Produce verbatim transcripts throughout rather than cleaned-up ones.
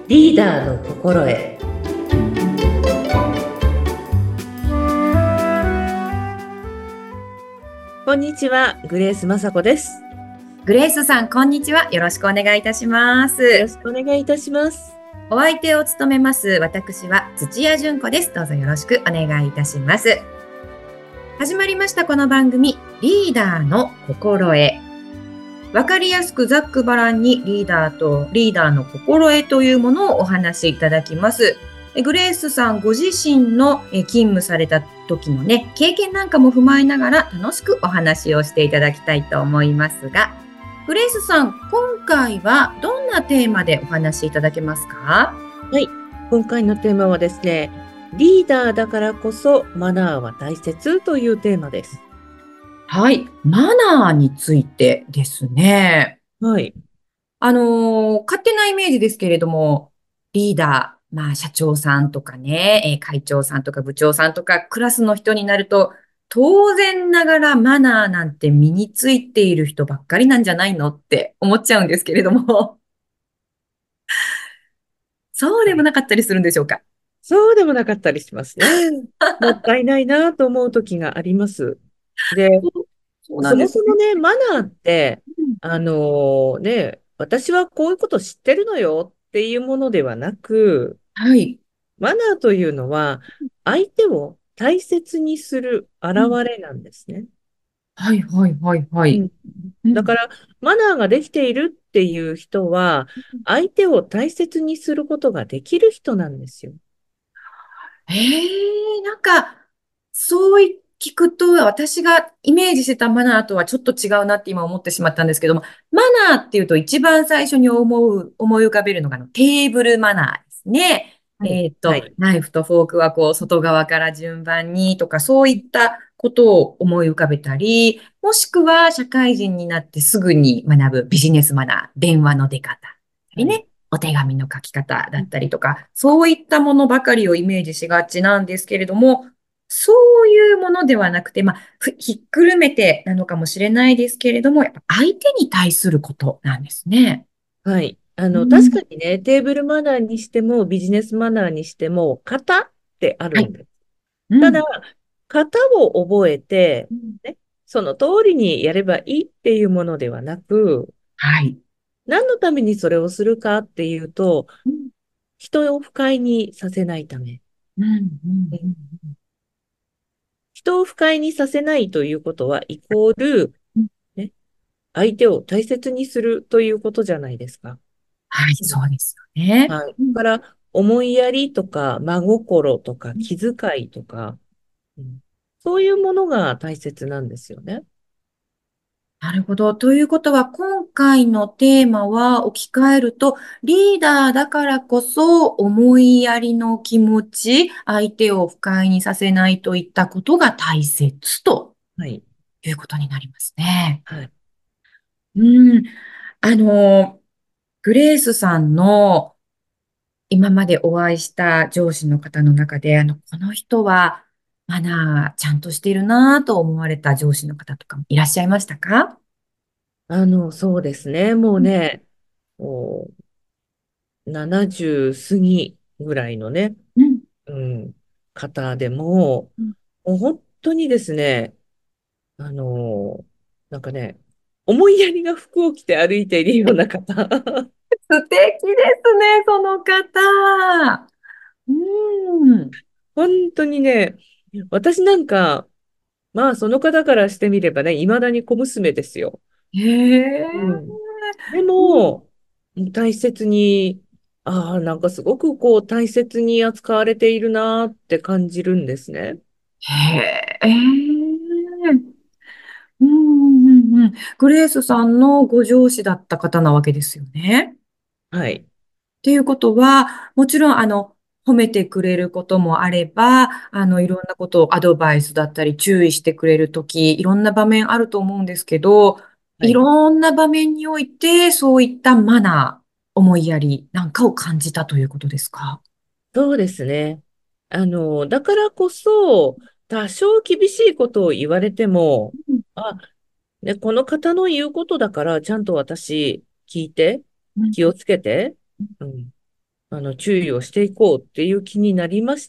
リーダーの心得。こんにちは、グレース雅子です。 グレースさん、こんにちは。よろしくお願いいたしまよろす。 しくお願いいたします。 お相手を務めます。私は土屋純子です。どうぞよろしくお願いいたします。始まりましたこの番組、リーダーの心得。わかりやすくざっくばらんにリーダーとリーダーの心得というものをお話しいただきます。グレースさんご自身の勤務された時のね、経験なんかも踏まえながら楽しくお話をしていただきたいと思いますが、グレースさん、今回はどんなテーマでお話しいただけますか？ はい、今回のテーマはですね、リーダーだからこそマナーは大切というテーマです。 はい、マナーについてですね。 はい。 あのー勝手なイメージですけれども、リーダー、まあ社長さんとかね、えー会長さんとか部長さんとかクラスの人になると、当然ながらマナーなんて身についている人ばっかりなんじゃないのって思っちゃうんですけれども、そうでもはい。 なかったりするんでしょうか？ そうでもなかったりしますね。もったいないなと思う時があります。で、 そうそうなそんですね。 もそもね、マナーって、 うん、 あのね、私はこういうこと知ってるのよっていうものではなく、 はい。 マナーというのは、相手を大切にする現うん、 れなんですね。 はい、はい、はい、はい。 うん。 うん、 だから、マナーができているっていう人は、相手を大切にすることができる人なんですよ。 ええ、なんか、そうい聞くと、私がイメージしてたマナーとはちょっと違うなって今思ってしまったんですけども、マナーっていうと一番最初に思う、思い浮かべるのがあのテーブルマナーですね。 はい。 えっと、 はい。 ナイフとフォークはこう、外側から順番にとか、そういったことを思い浮かべたり、もしくは社会人になってすぐに学ぶビジネスマナー、電話の出方。 はい。 ね、お手紙の書き方だったりとか、そういったものばかりをイメージしがちなんですけれども、そういうものではなくて、まあ、ふひっくるめてなのかもしれないですけれども、やっぱ相手に対することなんですね。 はい。あの、確うん。 かにね、テーブルマナーにしても、ビジネスマナーにしても、型ってあはい。 るんです。ただ、 うん。 型を覚えて、 うん、 ね、その通りにやればいいっていうものではなく、 はい。 何のためにそれをするかっていうと、 うん。 人を不快にさせないため。 うん。うん。 うん。 うん。 人を不快にさせないということは、イコール、 うん、 ね、相手を大切にするということじゃないですか。 はい、 うん。 そうですよね。 はい。 うん。 だから、思いやりとか、真心とか、気遣いとか、うん、そういうものが大切なんですよね。 なるほど。ということは、今回のテーマは置き換えると、リーダーだからこそ思いやりの気持ち、相手を不快にさせないといったことが大切とはい。 いうことになりますね。 はい。 うん。あの、グレースさんの今までお会いした上司の方の中で、あの、この人はマナーちゃんとしているなと思われた上司の方とかもいらっしゃいましたか？ あの、そうですね。もううん。 ね、もうななじゅう過ぎぐらいのね、 うん。 うん、方でも、 うん。 もう本当にですね、あの、なんかね、思いやりが服を着て歩いているような方。 素敵ですね、その方。うん。 本当にね、私なんか、まあその方からしてみればね、未だに小娘ですよ。 へえ。 うん。でうん。 も、大切に、ああ、なんかすごくこう大切に扱われているなーって感じるんですね。 へえ。うんうんうんうん。グレースさんのご上司だった方なわけですよね。 はい。 っていうことは、もちろん、あの、褒めてくれることもあれば、あの、いろんなことをアドバイスだったり、注意してくれるとき、いろんな場面あると思うんですけど、いはい。 ろんな場面において、そういったマナー、思いやりなんかを感じたということですか？ そうですね。あの、だからこそ、多少厳しいことを言われても、 うん。 あ、ね、この方の言うことだから、ちゃんと私聞いて、 うん。 気をつけて、うん。 あの、注意をしていこうっていう気になりました。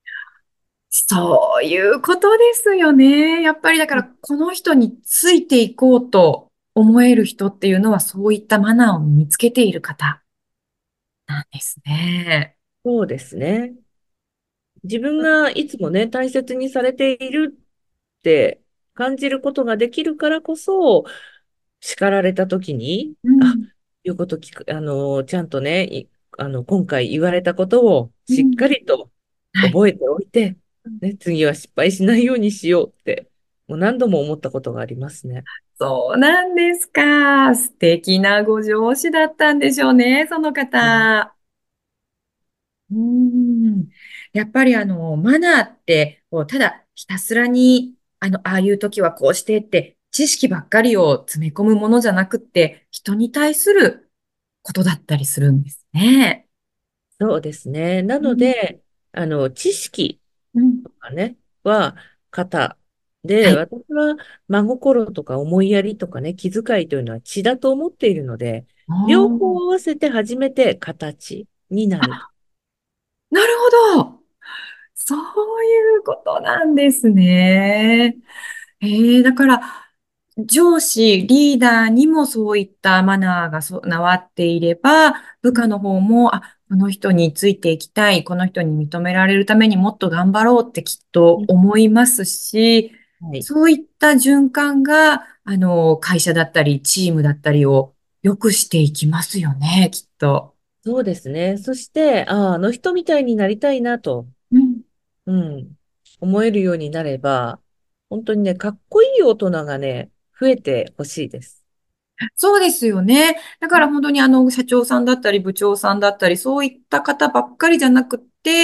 そういうことですよね。やっぱりだから、この人についていこうと思える人っていうのは、そういったマナーを身につけている方なんですね。 そうですね。自分がいつもね、大切にされているって感じることができるからこそ、叱られたときに、あ、 うん、 いうこと聞く、あの、ちゃんとね、いあの、今回言われたことをしっうん、 かりとはい。 覚えておいて、ね、次は失敗しないようにしようって、もう何度も思ったことがありますね。 そうなんですか。素敵なご上司だったんでしょうね、そのうん、 方。うーん。やっぱりあの、マナーって、こう、ただひたすらに、あの、ああいう時はこうしてって、知識ばっかりを詰め込むものじゃなくって、人に対することだったりするんですね。 そうですね。なうん、 ので、あの、知識うん、 とかね、は型で、 はい。 私は真心とか思いやりとかね、気遣いというのは血だと思っているので、 お両方ー、 合わせて初めて形になる。 あ、なるほど。そういうことなんですね。ええ、だから、上司、リーダーにもそういったマナーが備わっていれば、部下の方も、あ、この人についていきたい、この人に認められるためにもっと頑張ろうってきっとうん、 思いますし、 はい。 そういった循環が、あの、会社だったり、チームだったりを良くしていきますよね、きっと。 そうですね。そして、ああ、あの人みたいになりたいなと、 うん、 うん、思えるようになれば、本当にね、かっこいい大人がね、増えてほしいです。 そうですよね。だから本当にあの、社長さんだったり部長さんだったり、そういった方ばっかりじゃなくって、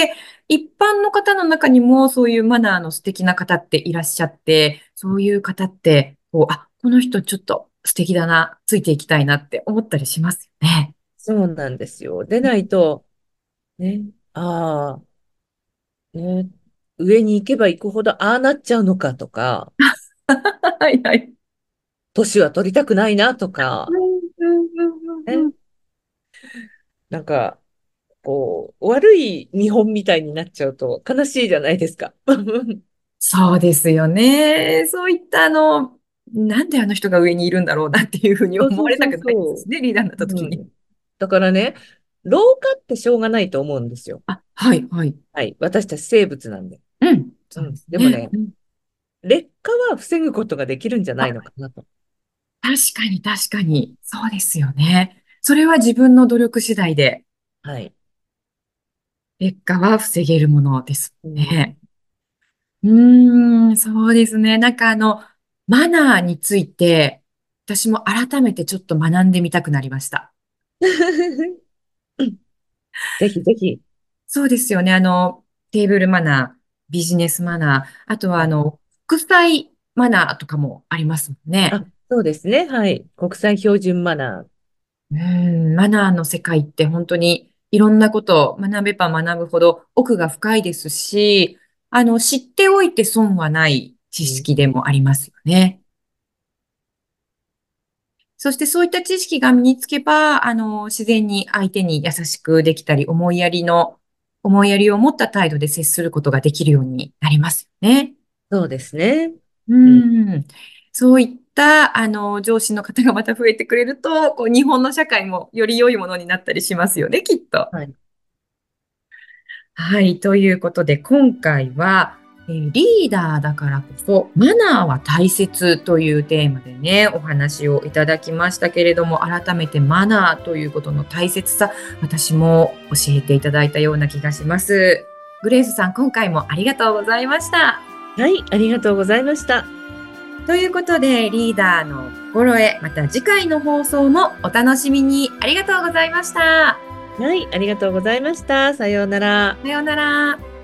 一般の方の中にもそういうマナーの素敵な方っていらっしゃって、そういう方って、こう、あ、この人ちょっと素敵だな、ついていきたいなって思ったりしますよね。 そうなんですよ。でないと、ね、ああ、ね、上に行けば行くほどああなっちゃうのかとか、 はいはい。 年は取りたくないなとか、 うんうんうんうんうね、 ん。 なんか、こう、悪い見本みたいになっちゃうと悲しいじゃないですか。 そうですよね。そういったあの、なんであの人が上にいるんだろうなっていうふうにそうそうそう思われたくないですそしね、リーダーになっう。 た時に。 うん。だからね、老化ってしょうがないと思うんですよ。 あ、はいはい。 はい。私たち生物なんで。 うん、そうでうん。 すね。 でもね、 うん、 劣化は防ぐことができるんじゃないのあ、 かなと。 確かに確かに。そうですよね。それは自分の努力次第で、 はい。 劣化は防げるものですうん。 ね。うーん、そうですね。なんかあの、マナーについて、私も改めてちょっと学んでみたくなりました。 ぜひぜひ。 そうですよね。あの、テーブルマナー、ビジネスマナー、あとははい。 あの、国際マナーとかもありますもんね。 あ、そうですね。はい。国際標準マナー。 うーん、マナーの世界って本当にいろんなことを学べば学ぶほど奥が深いですし、あの、知っておいて損はない知うん、 識でもありますよね。そしてそういった知識が身につけば、あの、自然に相手に優しくできたり、思いやりの、思いやりを持った態度で接することができるようになりますよね。 そうですね。 ううん。 ん。そういった、あの、上司の方がまた増えてくれると、こう、日本の社会もより良いものになったりしますよね、きっと。 はい。 はい。ということで、今回は、えーリーダーだからこそ、マナーは大切というテーマでね、お話をいただきましたけれども、改めてマナーということの大切さ、私も教えていただいたような気がします。グレースさん、今回もありがとうございました。 はい。ありがとうございました。 ということで、リーダーの心得、また次回の放送もお楽しみに。ありがとうございました。 はい。ありがとうございました。さようなら。 さようなら。